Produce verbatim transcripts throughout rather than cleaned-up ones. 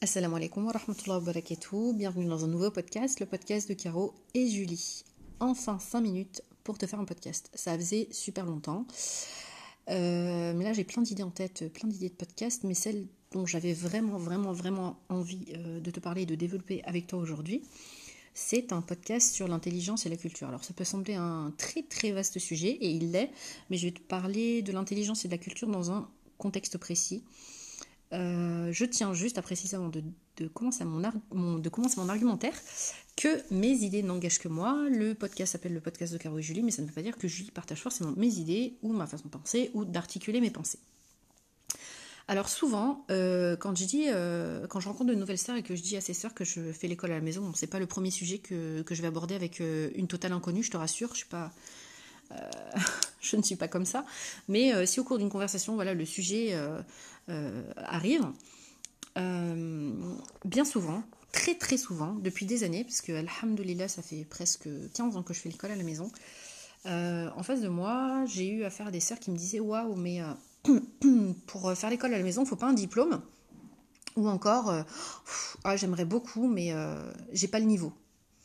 Assalamu alaikum wa rahmatullahi wa barakatuh. Bienvenue dans un nouveau podcast, le podcast de Caro et Julie. Enfin cinq minutes pour te faire un podcast. Ça faisait super longtemps. Euh, mais là j'ai plein d'idées en tête, plein d'idées de podcast, mais celle dont j'avais vraiment, vraiment, vraiment envie euh, de te parler et de développer avec toi aujourd'hui, c'est un podcast sur l'intelligence et la culture. Alors ça peut sembler un très très vaste sujet, et il l'est, mais je vais te parler de l'intelligence et de la culture dans un contexte précis. Euh, je tiens juste à préciser avant de, de, commencer mon ar- mon, de commencer mon argumentaire que mes idées n'engagent que moi. Le podcast s'appelle le podcast de Caro et Julie, mais ça ne veut pas dire que Julie partage forcément mes idées ou ma façon de penser ou d'articuler mes pensées. Alors souvent, euh, quand je dis, euh, quand je rencontre de nouvelles sœurs et que je dis à ces sœurs que je fais l'école à la maison, bon, c'est pas le premier sujet que, que je vais aborder avec euh, une totale inconnue, je te rassure, je suis pas... Euh, je ne suis pas comme ça, mais euh, si au cours d'une conversation, voilà, le sujet euh, euh, arrive, euh, bien souvent, très très souvent, depuis des années, puisque alhamdoulilah, ça fait presque quinze ans que je fais l'école à la maison, euh, en face de moi, j'ai eu affaire à des sœurs qui me disaient « Waouh, mais euh, pour faire l'école à la maison, il ne faut pas un diplôme ?» ou encore euh, « Ah, j'aimerais beaucoup, mais euh, j'ai pas le niveau. »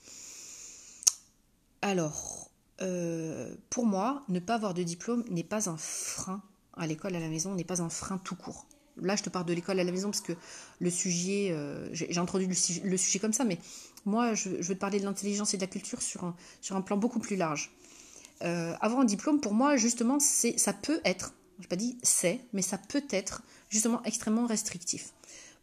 Alors... Euh, pour moi, ne pas avoir de diplôme n'est pas un frein à l'école à la maison, n'est pas un frein tout court. Là, je te parle de l'école à la maison parce que le sujet, euh, j'ai, j'ai introduit le, le sujet comme ça, mais moi, je, je veux te parler de l'intelligence et de la culture sur un, sur un plan beaucoup plus large. Euh, avoir un diplôme, pour moi, justement, c'est, ça peut être, je n'ai pas dit c'est, mais ça peut être justement extrêmement restrictif. Pourquoi ?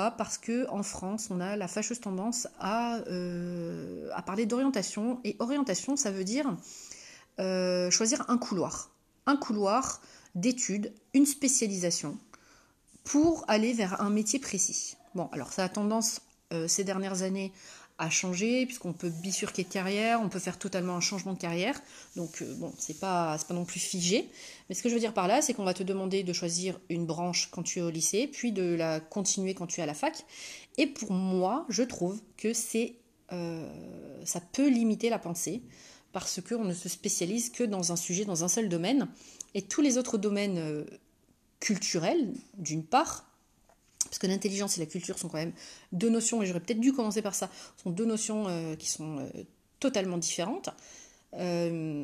Parce qu'en France, on a la fâcheuse tendance à, euh, à parler d'orientation. Et orientation, ça veut dire euh, choisir un couloir. Un couloir d'études, une spécialisation pour aller vers un métier précis. Bon, alors ça a tendance, euh, ces dernières années, à changer, puisqu'on peut bifurquer de carrière, on peut faire totalement un changement de carrière. Donc, euh, bon, c'est pas, c'est pas non plus figé. Mais ce que je veux dire par là, c'est qu'on va te demander de choisir une branche quand tu es au lycée, puis de la continuer quand tu es à la fac. Et pour moi, je trouve que c'est, euh, ça peut limiter la pensée, parce qu'on ne se spécialise que dans un sujet, dans un seul domaine. Et tous les autres domaines euh, culturels, d'une part, parce que l'intelligence et la culture sont quand même deux notions, et j'aurais peut-être dû commencer par ça, sont deux notions euh, qui sont euh, totalement différentes. Euh,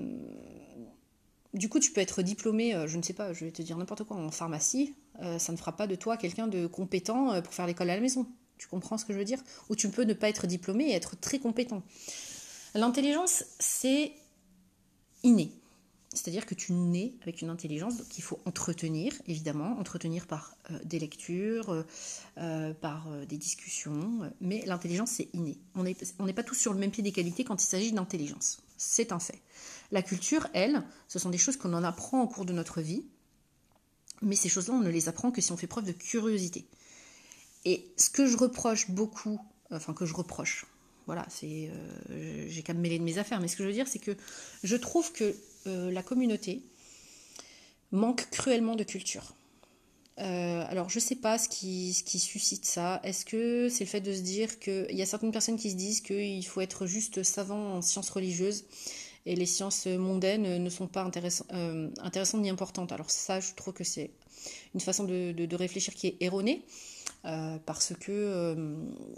du coup, tu peux être diplômé, euh, je ne sais pas, je vais te dire n'importe quoi, en pharmacie, euh, ça ne fera pas de toi quelqu'un de compétent euh, pour faire l'école à la maison. Tu comprends ce que je veux dire ? Ou tu peux ne pas être diplômé et être très compétent. L'intelligence, c'est inné. C'est-à-dire que tu nais avec une intelligence qu'il faut entretenir, évidemment, entretenir par euh, des lectures, euh, par euh, des discussions, mais l'intelligence, c'est inné. On n'est on n'est pas tous sur le même pied d'égalité quand il s'agit d'intelligence. C'est un fait. La culture, elle, ce sont des choses qu'on en apprend au cours de notre vie, mais ces choses-là, on ne les apprend que si on fait preuve de curiosité. Et ce que je reproche beaucoup, enfin que je reproche, voilà, c'est, euh, j'ai qu'à me mêler de mes affaires, mais ce que je veux dire, c'est que je trouve que euh, la communauté manque cruellement de culture. Euh, alors, je sais pas ce qui, ce qui suscite ça. Est-ce que c'est le fait de se dire qu'il y a certaines personnes qui se disent qu'il faut être juste savant en sciences religieuses et les sciences mondaines ne sont pas intéress- euh, intéressantes ni importantes. Alors ça, je trouve que c'est une façon de, de, de réfléchir qui est erronée, euh, parce que... Euh,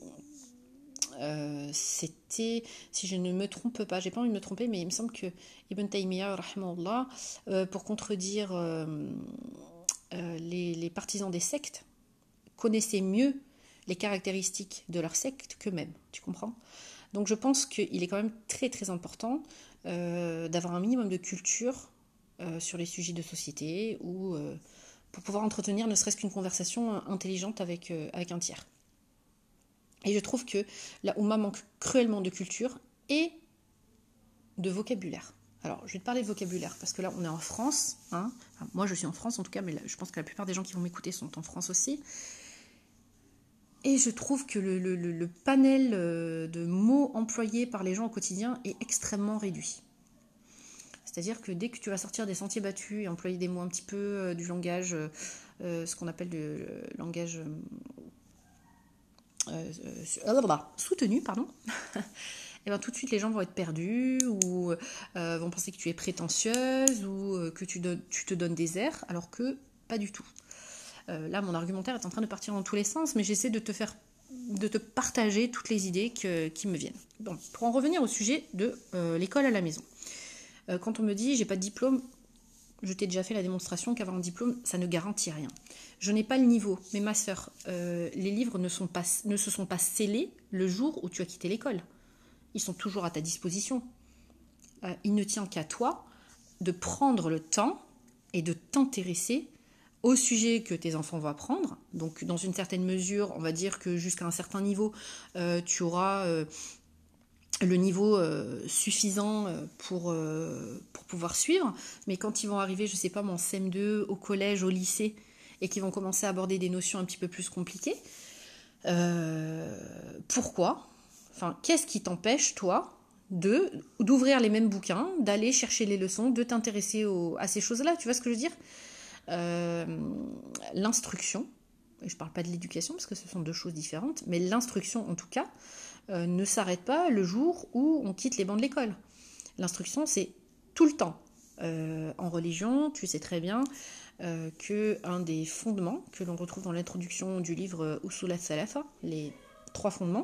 Euh, c'était, si je ne me trompe pas, j'ai pas envie de me tromper, mais il me semble que Ibn Taymiyyah, rahimahullah, euh, pour contredire euh, euh, les, les partisans des sectes, connaissaient mieux les caractéristiques de leur secte qu'eux-mêmes. Tu comprends ? Donc je pense qu'il est quand même très très important euh, d'avoir un minimum de culture euh, sur les sujets de société ou euh, pour pouvoir entretenir ne serait-ce qu'une conversation intelligente avec, euh, avec un tiers. Et je trouve que la Oumma manque cruellement de culture et de vocabulaire. Alors, je vais te parler de vocabulaire, parce que là, on est en France. Hein. Enfin, moi, je suis en France, en tout cas, mais là, je pense que la plupart des gens qui vont m'écouter sont en France aussi. Et je trouve que le, le, le panel de mots employés par les gens au quotidien est extrêmement réduit. C'est-à-dire que dès que tu vas sortir des sentiers battus et employer des mots un petit peu euh, du langage, euh, ce qu'on appelle le langage... Euh, Euh, euh, soutenu, pardon, et bien tout de suite les gens vont être perdus ou euh, vont penser que tu es prétentieuse ou euh, que tu, don- tu te donnes des airs, alors que pas du tout. Euh, là, mon argumentaire est en train de partir dans tous les sens, mais j'essaie de te faire de te partager toutes les idées que, qui me viennent. Bon, pour en revenir au sujet de euh, l'école à la maison. Euh, quand on me dit j'ai pas de diplôme, je t'ai déjà fait la démonstration qu'avoir un diplôme, ça ne garantit rien. Je n'ai pas le niveau, mais ma sœur, euh, les livres ne, sont pas, ne se sont pas scellés le jour où tu as quitté l'école. Ils sont toujours à ta disposition. Euh, il ne tient qu'à toi de prendre le temps et de t'intéresser au sujet que tes enfants vont apprendre. Donc, dans une certaine mesure, on va dire que jusqu'à un certain niveau, euh, tu auras euh, le niveau euh, suffisant pour, euh, pour pouvoir suivre. Mais quand ils vont arriver, je ne sais pas, en C M deux, au collège, au lycée, et qu'ils vont commencer à aborder des notions un petit peu plus compliquées, euh, pourquoi ? Enfin, qu'est-ce qui t'empêche, toi, de d'ouvrir les mêmes bouquins, d'aller chercher les leçons, de t'intéresser au, à ces choses-là, tu vois ce que je veux dire ? euh, L'instruction, je ne parle pas de l'éducation parce que ce sont deux choses différentes, mais l'instruction en tout cas euh, ne s'arrête pas le jour où on quitte les bancs de l'école. L'instruction, c'est tout le temps. Euh, en religion, tu sais très bien euh, qu'un des fondements que l'on retrouve dans l'introduction du livre Usul al-Thalatha, les trois fondements,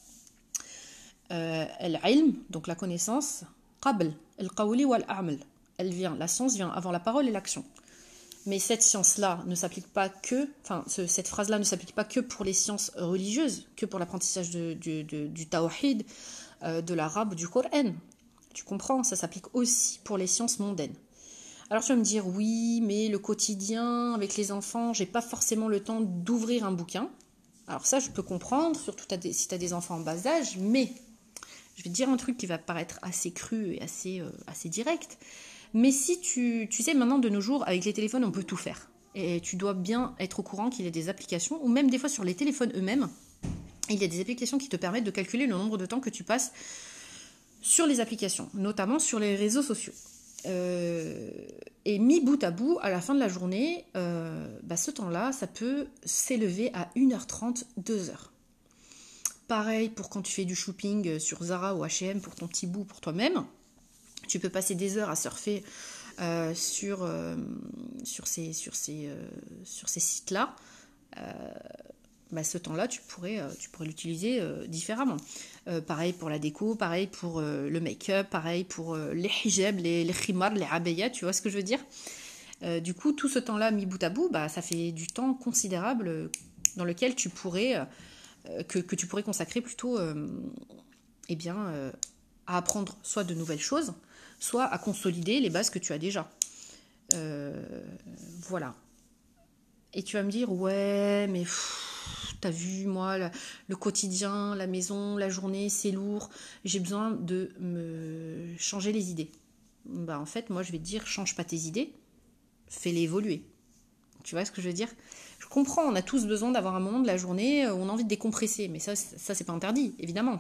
Euh, al-ilm, donc la connaissance, qabl, al-qawli wal-a'mal. Elle vient, la science vient avant la parole et l'action. Mais cette science-là ne s'applique pas que, enfin, ce, cette phrase-là ne s'applique pas que pour les sciences religieuses, que pour l'apprentissage de, de, de, du tawhid, euh, de l'arabe, du Coran. Tu comprends, ça s'applique aussi pour les sciences mondaines. Alors tu vas me dire, oui, mais le quotidien, avec les enfants, j'ai pas forcément le temps d'ouvrir un bouquin. Alors ça, je peux comprendre, surtout si tu as des enfants en bas âge, mais je vais te dire un truc qui va paraître assez cru et assez, euh, assez direct. Mais si tu, tu sais, maintenant de nos jours, avec les téléphones, on peut tout faire. Et tu dois bien être au courant qu'il y a des applications, ou même des fois sur les téléphones eux-mêmes, il y a des applications qui te permettent de calculer le nombre de temps que tu passes sur les applications, notamment sur les réseaux sociaux. Euh, et mis bout à bout, à la fin de la journée, euh, bah, ce temps-là, ça peut s'élever à une heure trente, deux heures. Pareil pour quand tu fais du shopping sur Zara ou H et M pour ton petit bout, pour toi-même. Tu peux passer des heures à surfer euh, sur, euh, sur ces, sur ces, euh, sur ces sites-là. Euh, bah, ce temps-là, tu pourrais, euh, tu pourrais l'utiliser euh, différemment. Euh, pareil pour la déco, pareil pour euh, le make-up, pareil pour euh, les hijabs, les, les khimars, les abayas, tu vois ce que je veux dire ? euh, Du coup, tout ce temps-là mis bout à bout, bah, ça fait du temps considérable dans lequel tu pourrais... Euh, Que, que tu pourrais consacrer plutôt euh, eh bien, euh, à apprendre soit de nouvelles choses, soit à consolider les bases que tu as déjà. Euh, voilà. Et tu vas me dire, ouais, mais pff, t'as vu, moi, la, le quotidien, la maison, la journée, c'est lourd, j'ai besoin de me changer les idées. Bah, en fait, moi, je vais te dire, change pas tes idées, fais-les évoluer. Tu vois ce que je veux dire ? Je comprends, on a tous besoin d'avoir un moment de la journée où on a envie de décompresser, mais ça, ça c'est pas interdit, évidemment.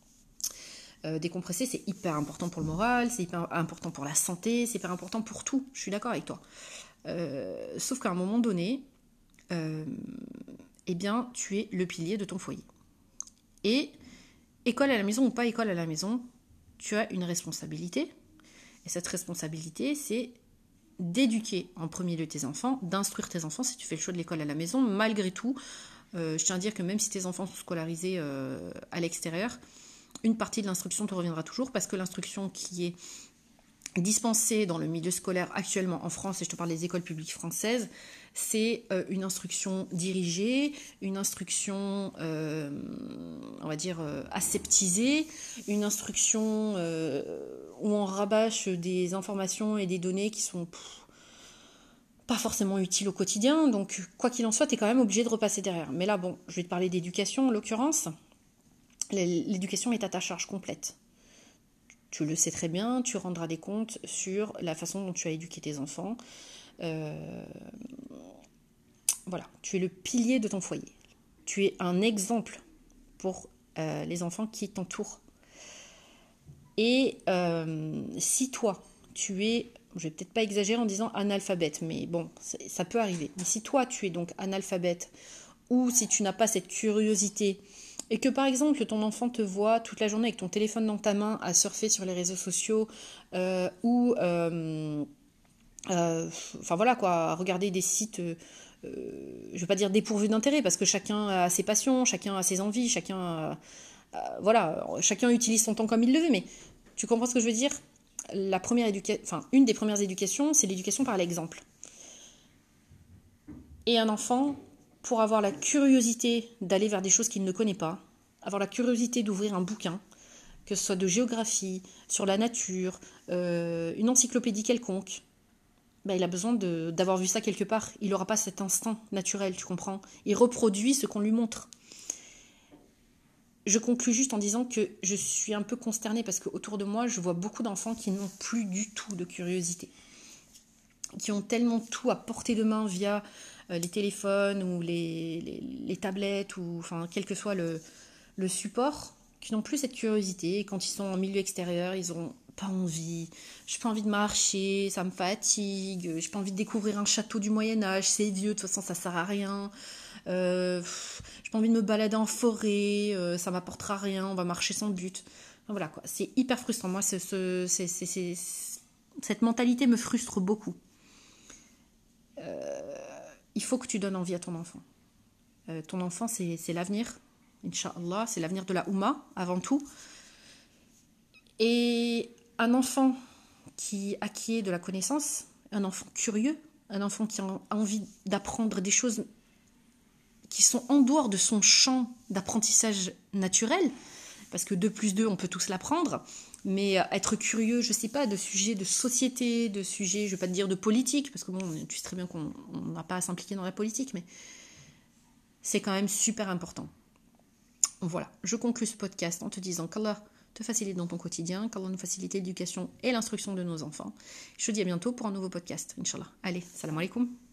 Euh, décompresser, c'est hyper important pour le moral, c'est hyper important pour la santé, c'est hyper important pour tout, je suis d'accord avec toi. Euh, sauf qu'à un moment donné, euh, eh bien, tu es le pilier de ton foyer. Et école à la maison ou pas école à la maison, tu as une responsabilité, et cette responsabilité, c'est d'éduquer en premier lieu tes enfants, d'instruire tes enfants si tu fais le choix de l'école à la maison. Malgré tout, euh, je tiens à dire que même si tes enfants sont scolarisés euh, à l'extérieur, une partie de l'instruction te reviendra toujours parce que l'instruction qui est dispensée dans le milieu scolaire actuellement en France, et je te parle des écoles publiques françaises, c'est euh, une instruction dirigée, une instruction, euh, on va dire, euh, aseptisée, une instruction euh, où on rabâche des informations et des données qui sont pff, pas forcément utiles au quotidien. Donc, quoi qu'il en soit, tu es quand même obligé de repasser derrière. Mais là, bon, je vais te parler d'éducation en l'occurrence. L'éducation est à ta charge complète. Tu le sais très bien, tu rendras des comptes sur la façon dont tu as éduqué tes enfants. Euh, voilà, tu es le pilier de ton foyer. Tu es un exemple pour euh, les enfants qui t'entourent. Et euh, si toi, tu es, je vais peut-être pas exagérer en disant analphabète, mais bon, ça peut arriver. Mais si toi, tu es donc analphabète, ou si tu n'as pas cette curiosité, et que par exemple ton enfant te voit toute la journée avec ton téléphone dans ta main à surfer sur les réseaux sociaux, euh, ou euh, euh, enfin voilà quoi, à regarder des sites euh, je ne vais pas dire dépourvu d'intérêt, parce que chacun a ses passions, chacun a ses envies, chacun, a, a, voilà, chacun utilise son temps comme il le veut, mais tu comprends ce que je veux dire? La première éducation, enfin, une des premières éducations, c'est l'éducation par l'exemple. Et un enfant, pour avoir la curiosité d'aller vers des choses qu'il ne connaît pas, avoir la curiosité d'ouvrir un bouquin, que ce soit de géographie, sur la nature, euh, une encyclopédie quelconque, ben, il a besoin de, d'avoir vu ça quelque part. Il n'aura pas cet instinct naturel, tu comprends? Il reproduit ce qu'on lui montre. Je conclus juste en disant que je suis un peu consternée parce qu'autour de moi, je vois beaucoup d'enfants qui n'ont plus du tout de curiosité, qui ont tellement tout à portée de main via euh, les téléphones ou les, les, les tablettes, ou enfin, quel que soit le, le support, qui n'ont plus cette curiosité. Et quand ils sont en milieu extérieur, ils n'ont pas envie. J'ai pas envie de marcher, ça me fatigue. J'ai pas envie de découvrir un château du Moyen-Âge, c'est vieux, de toute façon, ça sert à rien. Euh, j'ai pas envie de me balader en forêt, euh, ça m'apportera rien, on va marcher sans but. Enfin, voilà quoi, c'est hyper frustrant. Moi, c'est, c'est, c'est, c'est, c'est, cette mentalité me frustre beaucoup. Euh, il faut que tu donnes envie à ton enfant. Euh, ton enfant, c'est, c'est l'avenir, Inch'Allah, c'est l'avenir de la Oumma avant tout. Et un enfant qui acquiert de la connaissance, un enfant curieux, un enfant qui a envie d'apprendre des choses qui sont en dehors de son champ d'apprentissage naturel, parce que deux plus deux, on peut tous l'apprendre, mais être curieux, je ne sais pas, de sujets de société, de sujets, je ne vais pas te dire de politique, parce que bon, tu sais très bien qu'on n'a pas à s'impliquer dans la politique, mais c'est quand même super important. Voilà, je conclus ce podcast en te disant qu'Allah te facilite dans ton quotidien, qu'Allah nous facilite l'éducation et l'instruction de nos enfants. Je te dis à bientôt pour un nouveau podcast, Inch'Allah. Allez, salam alaikum.